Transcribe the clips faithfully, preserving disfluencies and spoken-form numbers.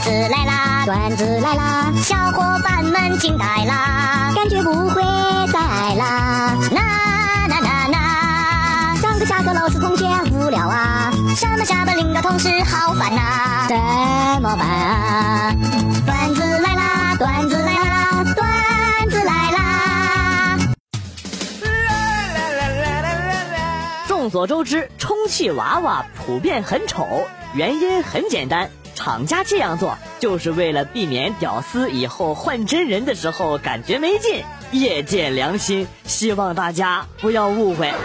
子来啦，段子来啦，小伙伴们惊呆啦，感觉不会再爱啦。那那那那，上课下课老师同学无聊啊，上班下班领导同事好烦呐，怎么办啊？段子来啦，段子来啦，段子来啦。 众所周知，充气娃娃普遍很丑，原因很简单，厂家这样做就是为了避免屌丝以后换真人的时候感觉没劲，业界良心，希望大家不要误会。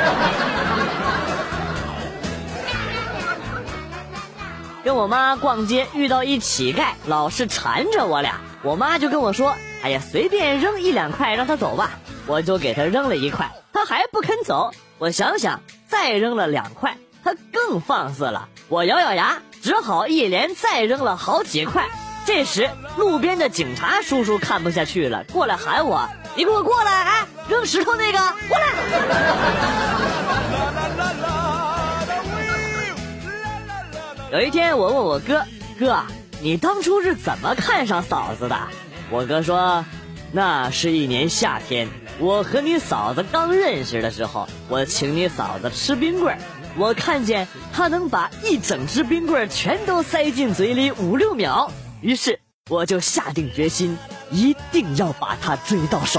跟我妈逛街遇到一乞丐，老是缠着我俩，我妈就跟我说，哎呀，随便扔一两块让他走吧，我就给他扔了一块，他还不肯走，我想想再扔了两块，他更放肆了，我咬咬牙，只好一连再扔了好几块。这时路边的警察叔叔看不下去了，过来喊我，你给我过来，哎，扔石头那个过来。有一天我问我哥，哥，你当初是怎么看上嫂子的？我哥说，那是一年夏天，我和你嫂子刚认识的时候，我请你嫂子吃冰棍，我看见她能把一整只冰棍全都塞进嘴里五六秒，于是我就下定决心，一定要把她追到手。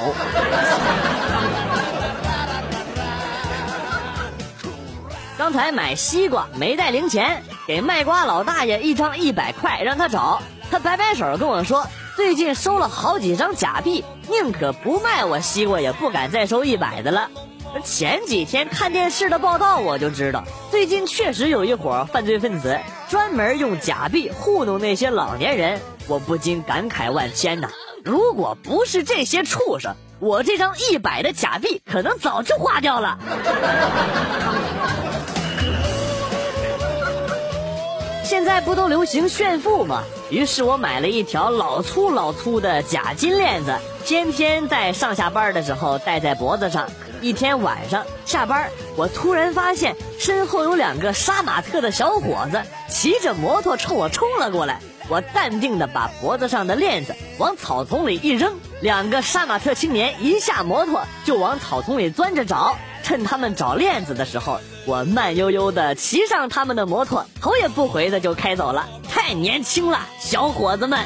刚才买西瓜没带零钱，给卖瓜老大爷一张一百块让他找，他摆摆手跟我说，最近收了好几张假币，宁可不卖我西瓜也不敢再收一百的了。前几天看电视的报道我就知道，最近确实有一伙犯罪分子专门用假币糊弄那些老年人，我不禁感慨万千呐，如果不是这些畜生，我这张一百的假币可能早就花掉了。现在不都流行炫富吗？于是我买了一条老粗老粗的假金链子，天天在上下班的时候戴在脖子上。一天晚上下班，我突然发现身后有两个杀马特的小伙子骑着摩托冲我冲了过来，我淡定地把脖子上的链子往草丛里一扔，两个杀马特青年一下摩托就往草丛里钻着找，趁他们找链子的时候，我慢悠悠地骑上他们的摩托，头也不回的就开走了。太年轻了，小伙子们。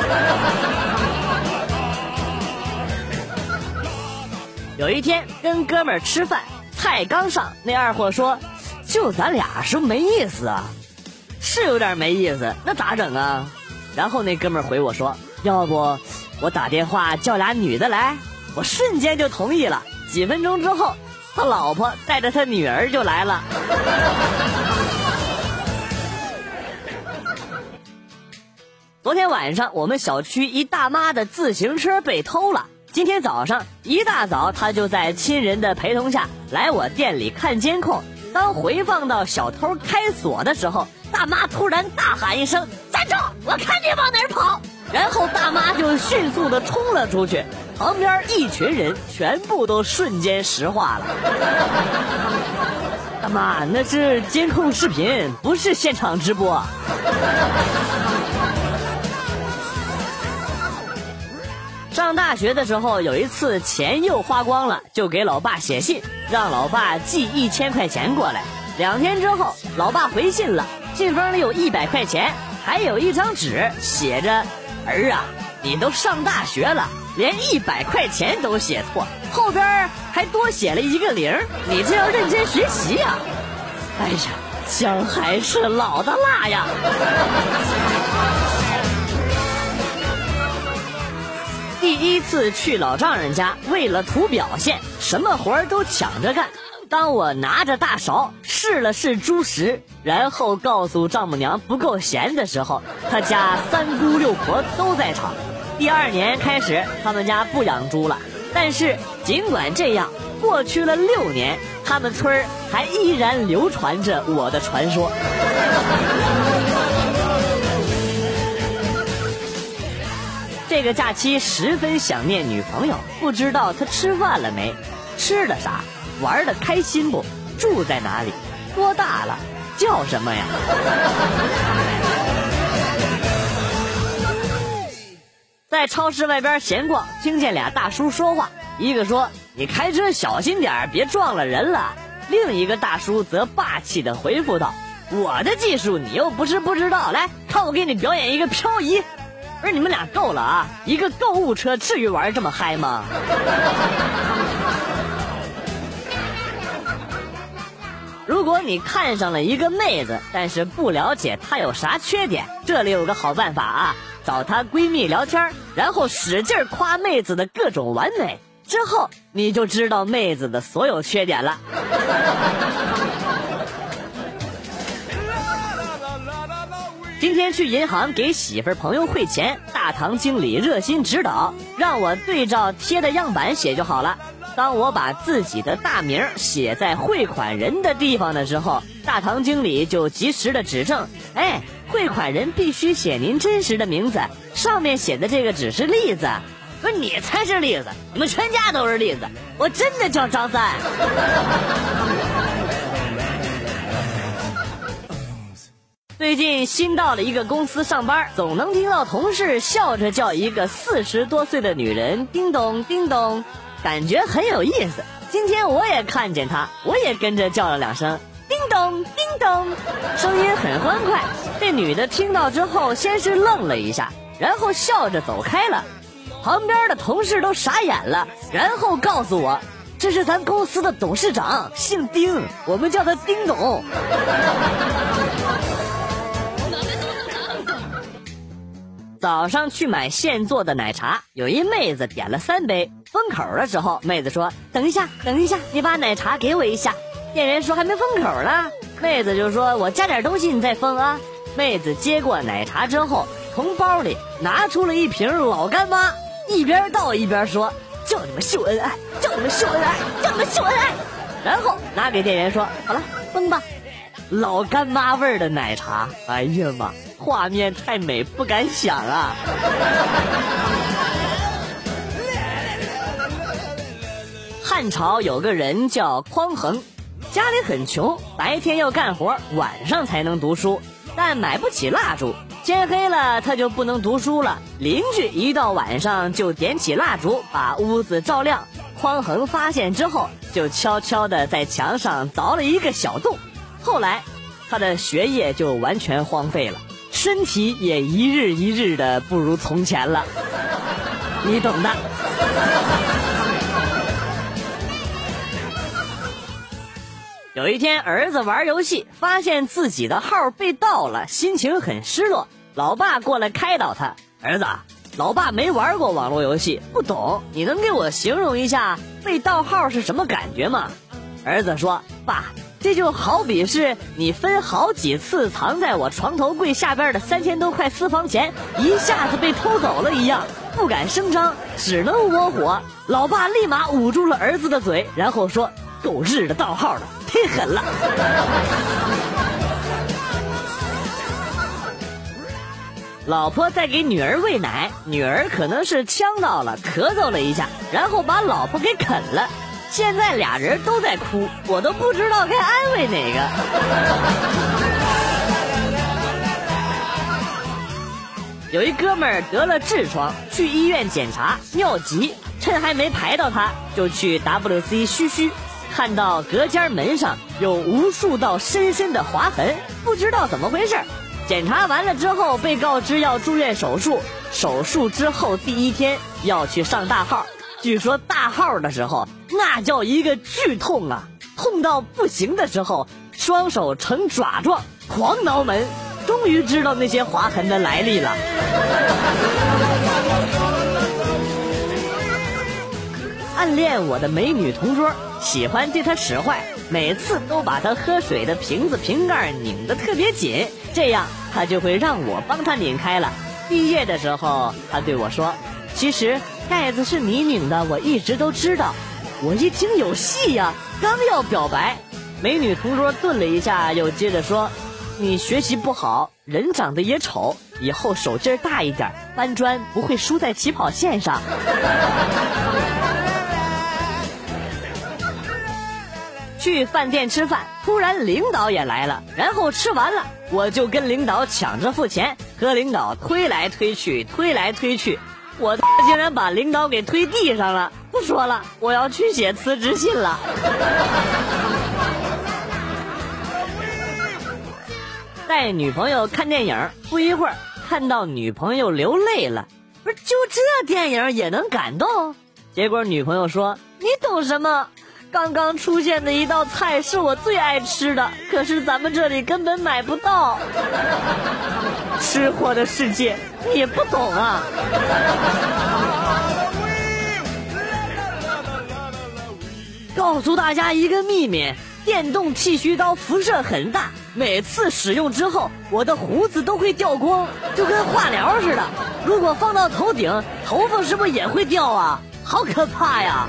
有一天跟哥们儿吃饭，菜刚上，那二货说，就咱俩是不是没意思啊？是有点没意思，那咋整啊？然后那哥们儿回我说，要不我打电话叫俩女的来。我瞬间就同意了，几分钟之后他老婆带着他女儿就来了。昨天晚上我们小区一大妈的自行车被偷了，今天早上一大早她就在亲人的陪同下来我店里看监控，当回放到小偷开锁的时候，大妈突然大喊一声，站住，我看你往哪儿跑，然后大妈就迅速的冲了出去，旁边一群人全部都瞬间石化了。大妈，那是监控视频，不是现场直播。上大学的时候，有一次钱又花光了，就给老爸写信，让老爸寄一千块钱过来。两天之后，老爸回信了，信封里有一百块钱，还有一张纸，写着，儿啊，你都上大学了，连一百块钱都写错，后边还多写了一个零，你这要认真学习呀！哎呀，姜还是老的辣呀！第一次去老丈人家，为了图表现，什么活儿都抢着干。当我拿着大勺试了试猪食，然后告诉丈母娘不够咸的时候，他家三姑六婆都在场。第二年开始，他们家不养猪了，但是尽管这样，过去了六年，他们村儿还依然流传着我的传说。这个假期十分想念女朋友，不知道她吃饭了没，吃的啥，玩的开心不，住在哪里，多大了，叫什么呀？ 在超市外边闲逛，听见俩大叔说话，一个说你开车小心点，别撞了人了。另一个大叔则霸气地回复道，我的技术你又不是不知道，来看我给你表演一个漂移。不是你们俩够了啊，一个购物车至于玩这么嗨吗？如果你看上了一个妹子，但是不了解她有啥缺点，这里有个好办法啊，找她闺蜜聊天，然后使劲夸妹子的各种完美，之后你就知道妹子的所有缺点了。今天去银行给媳妇儿朋友汇钱，大堂经理热心指导，让我对照贴的样板写就好了。当我把自己的大名写在汇款人的地方的时候，大堂经理就及时的指正，哎，汇款人必须写您真实的名字，上面写的这个只是例子。不是你才是例子，你们全家都是例子，我真的叫张三。最近新到了一个公司上班，总能听到同事笑着叫一个四十多岁的女人叮咚叮咚，感觉很有意思。今天我也看见她，我也跟着叫了两声叮咚叮咚，声音很欢快。这女的听到之后先是愣了一下，然后笑着走开了。旁边的同事都傻眼了，然后告诉我，这是咱公司的董事长，姓丁，我们叫他丁董。早上去买现做的奶茶，有一妹子点了三杯，封口的时候妹子说，等一下等一下，你把奶茶给我一下。店员说还没封口呢，妹子就说我加点东西你再封啊。妹子接过奶茶之后，从包里拿出了一瓶老干妈，一边倒一边说，叫你们秀恩爱，叫你们秀恩爱，叫你们秀恩爱。然后拿给店员说，好了，封吧。老干妈味儿的奶茶，哎呀妈，画面太美，不敢想啊。汉朝有个人叫匡衡，家里很穷，白天要干活，晚上才能读书，但买不起蜡烛，天黑了他就不能读书了。邻居一到晚上就点起蜡烛，把屋子照亮。匡衡发现之后，就悄悄地在墙上凿了一个小洞。后来他的学业就完全荒废了，身体也一日一日的不如从前了，你懂的。有一天儿子玩游戏，发现自己的号被盗了，心情很失落。老爸过来开导他，儿子，老爸没玩过网络游戏，不懂，你能给我形容一下被盗号是什么感觉吗？儿子说，爸，这就好比是你分好几次藏在我床头柜下边的三千多块私房钱一下子被偷走了一样，不敢声张，只能窝火。老爸立马捂住了儿子的嘴，然后说，狗日的盗号的，忒狠了。老婆在给女儿喂奶，女儿可能是呛到了，咳嗽了一下，然后把老婆给啃了。现在俩人都在哭，我都不知道该安慰哪个。有一哥们儿得了痔疮，去医院检查，尿急，趁还没排到他，就去 W C 嘘嘘，看到隔间门上有无数道深深的划痕，不知道怎么回事。检查完了之后，被告知要住院手术，手术之后第一天要去上大号。据说大号的时候那叫一个剧痛啊，痛到不行的时候，双手呈爪状狂挠门，终于知道那些划痕的来历了。暗恋我的美女同桌，喜欢对她使坏，每次都把她喝水的瓶子瓶盖拧得特别紧，这样她就会让我帮她拧开了。毕业的时候她对我说，其实盖子是你拧的，我一直都知道。我一听有戏呀，刚要表白，美女同桌顿了一下，又接着说，你学习不好，人长得也丑，以后手劲大一点，搬砖不会输在起跑线上。去饭店吃饭，突然领导也来了，然后吃完了，我就跟领导抢着付钱，和领导推来推去推来推去， 我竟然把领导给推地上了。不说了，我要去写辞职信了。带女朋友看电影，不一会儿看到女朋友流泪了，不是就这电影也能感动？结果女朋友说：“你懂什么？刚刚出现的一道菜是我最爱吃的，可是咱们这里根本买不到。”吃货的世界你也不懂啊。告诉大家一个秘密，电动剃须刀辐射很大，每次使用之后我的胡子都会掉光，就跟化疗似的。如果放到头顶，头发是不是也会掉啊？好可怕呀。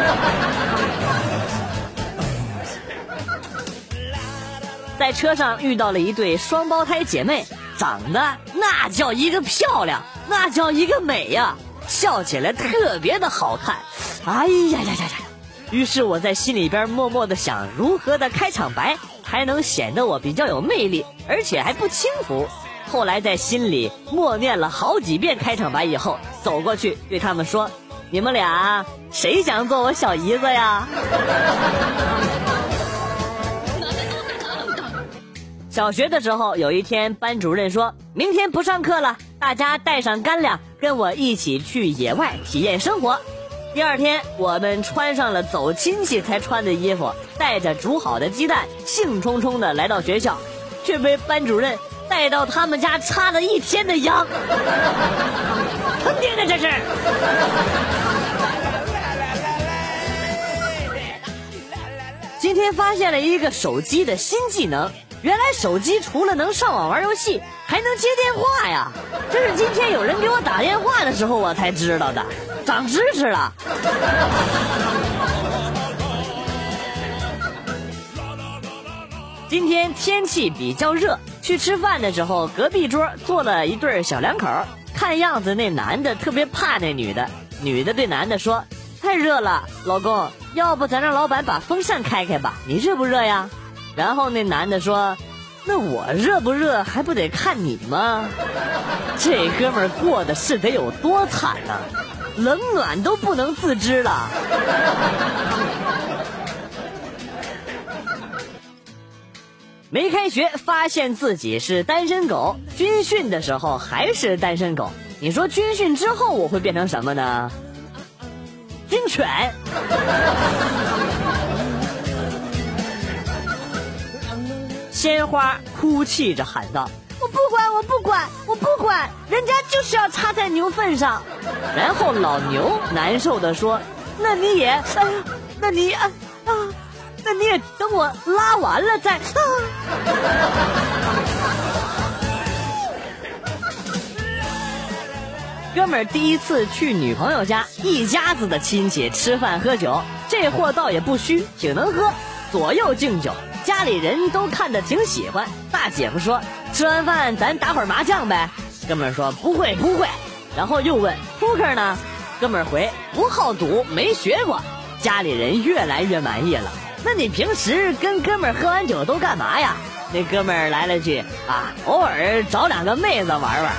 在车上遇到了一对双胞胎姐妹，长得那叫一个漂亮，那叫一个美呀，笑起来特别的好看。哎呀呀呀呀！于是我在心里边默默的想，如何的开场白还能显得我比较有魅力，而且还不轻浮。后来在心里默念了好几遍开场白以后，走过去对他们说：“你们俩谁想做我小姨子呀？”小学的时候，有一天班主任说，明天不上课了，大家带上干粮，跟我一起去野外体验生活。第二天，我们穿上了走亲戚才穿的衣服，带着煮好的鸡蛋，兴冲冲地来到学校，却被班主任带到他们家插了一天的秧。坑爹的这是！今天发现了一个手机的新技能，原来手机除了能上网玩游戏，还能接电话呀！这是今天有人给我打电话的时候我才知道的，长知识了。今天天气比较热，去吃饭的时候，隔壁桌坐了一对小两口，看样子那男的特别怕那女的，女的对男的说：“太热了，老公，要不咱让老板把风扇开开吧？你热不热呀？”然后那男的说：“那我热不热还不得看你吗？”这哥们儿过的是得有多惨啊，冷暖都不能自知了。没开学发现自己是单身狗，军训的时候还是单身狗，你说军训之后我会变成什么呢？军犬。鲜花哭泣着喊道：“我不管，我不管，我不管，人家就是要插在牛粪上。”然后老牛难受地说：“那你也，哎呀，那你啊啊，那你也等我拉完了再啊。”哥们儿第一次去女朋友家，一家子的亲戚吃饭喝酒，这货倒也不虚，挺能喝，左右敬酒。家里人都看得挺喜欢。大姐夫说：“吃完饭咱打会儿麻将呗。”哥们儿说：“不会不会。”然后又问：“扑克呢？”哥们儿回：“不好赌，没学过。”家里人越来越满意了。那你平时跟哥们儿喝完酒都干嘛呀？那哥们儿来了句：“啊，偶尔找两个妹子玩玩。”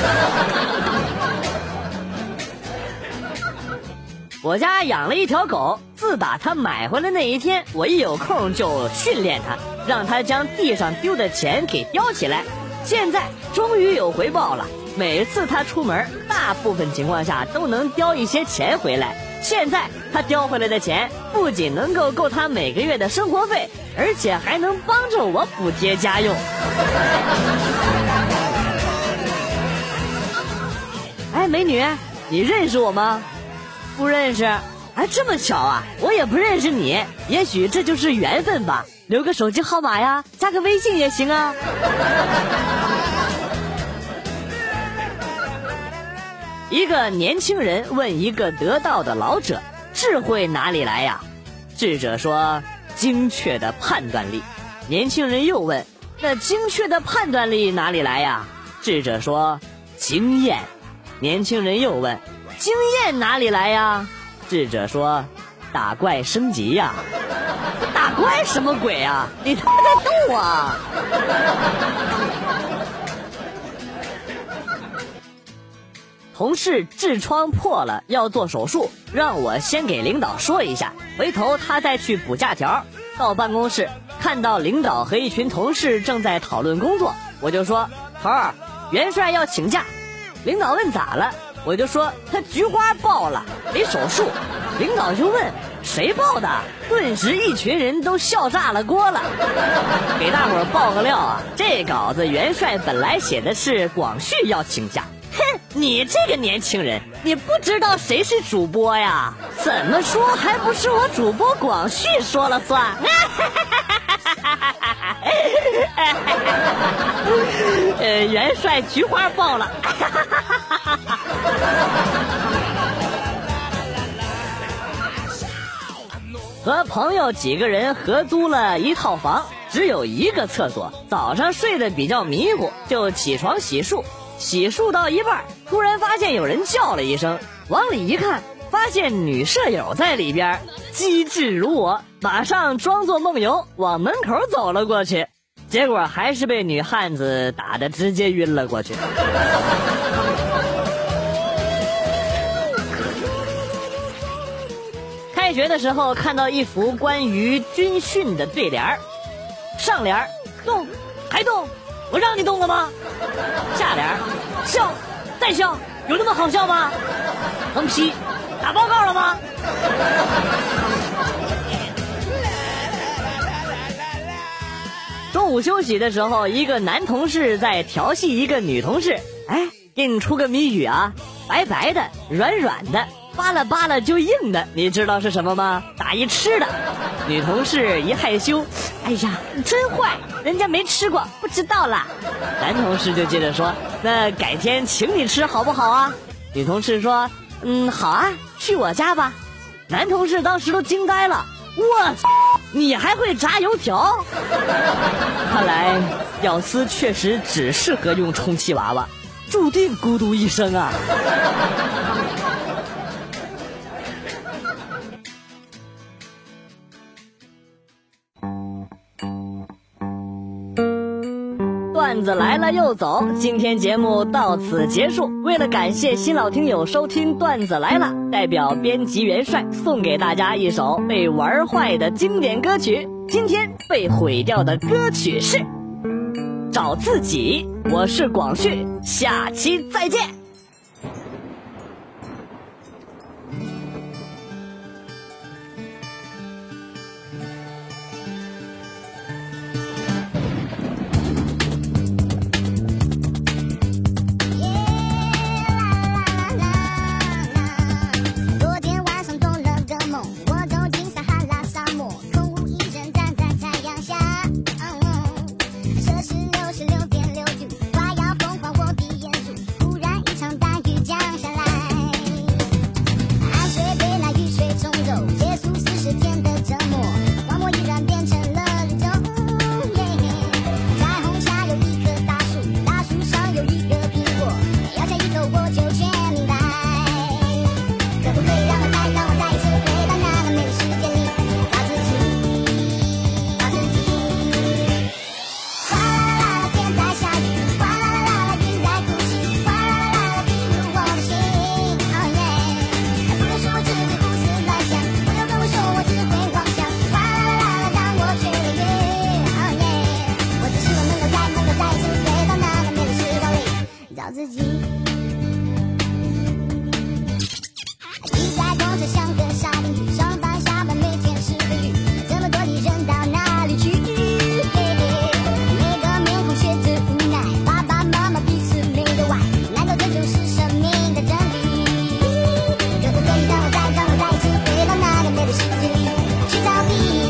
我家养了一条狗，自打它买回来那一天，我一有空就训练它，让它将地上丢的钱给叼起来。现在终于有回报了，每次它出门，大部分情况下都能叼一些钱回来。现在它叼回来的钱不仅能够够它每个月的生活费，而且还能帮助我补贴家用。哎，美女，你认识我吗？不认识。哎，这么巧啊，我也不认识你，也许这就是缘分吧。留个手机号码呀，加个微信也行啊。一个年轻人问一个得道的老者：“智慧哪里来呀？”智者说：“精确的判断力。”年轻人又问：“那精确的判断力哪里来呀？”智者说：“经验。”年轻人又问：“经验哪里来呀？”智者说：“打怪升级呀。”打怪什么鬼啊？你他妈在逗啊！ 同事痔疮破了要做手术，让我先给领导说一下，回头他再去补假条。到办公室看到领导和一群同事正在讨论工作，我就说头儿，元帅要请假。领导问咋了，我就说他菊花爆了得手术。领导就问谁爆的，顿时一群人都笑炸了锅了。给大伙儿爆个料啊，这稿子元帅本来写的是广旭要请假。哼，你这个年轻人，你不知道谁是主播呀？怎么说还不是我主播广旭说了算？呃，元帅菊花爆了。和朋友几个人合租了一套房，只有一个厕所。早上睡得比较迷糊，就起床洗漱。洗漱到一半，突然发现有人叫了一声，往里一看，发现女舍友在里边，机智如我，马上装作梦游往门口走了过去，结果还是被女汉子打得直接晕了过去。开学的时候看到一幅关于军训的对联，上联动还动，我让你动了吗？下联笑再笑，有那么好笑吗？横批打报告了吗？中午休息的时候，一个男同事在调戏一个女同事。哎，给你出个谜语啊，白白的软软的扒拉扒拉就硬的，你知道是什么吗？打一吃的。女同事一害羞，哎呀你真坏，人家没吃过不知道啦。男同事就接着说，那改天请你吃好不好啊？女同事说，嗯好啊，去我家吧。男同事当时都惊呆了，我操，你还会炸油条？看来屌丝确实只适合用充气娃娃，注定孤独一生啊。段子来了又走，今天节目到此结束。为了感谢新老听友收听段子来了，代表编辑元帅送给大家一首被玩坏的经典歌曲。今天被毁掉的歌曲是找自己。我是广旭，下期再见。自己。挤在公车像个沙丁鱼，上班下班每天是个雨，这么多的人到哪里去？每个面孔写着无奈，爸爸妈妈彼此没得玩，难道这就是生命的真理？可不可以让我再让我再一次回到那个美的世界里去逃避？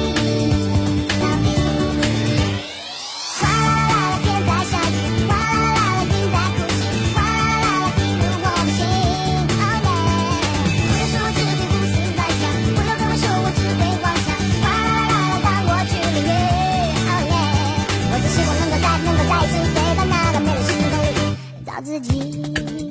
自己。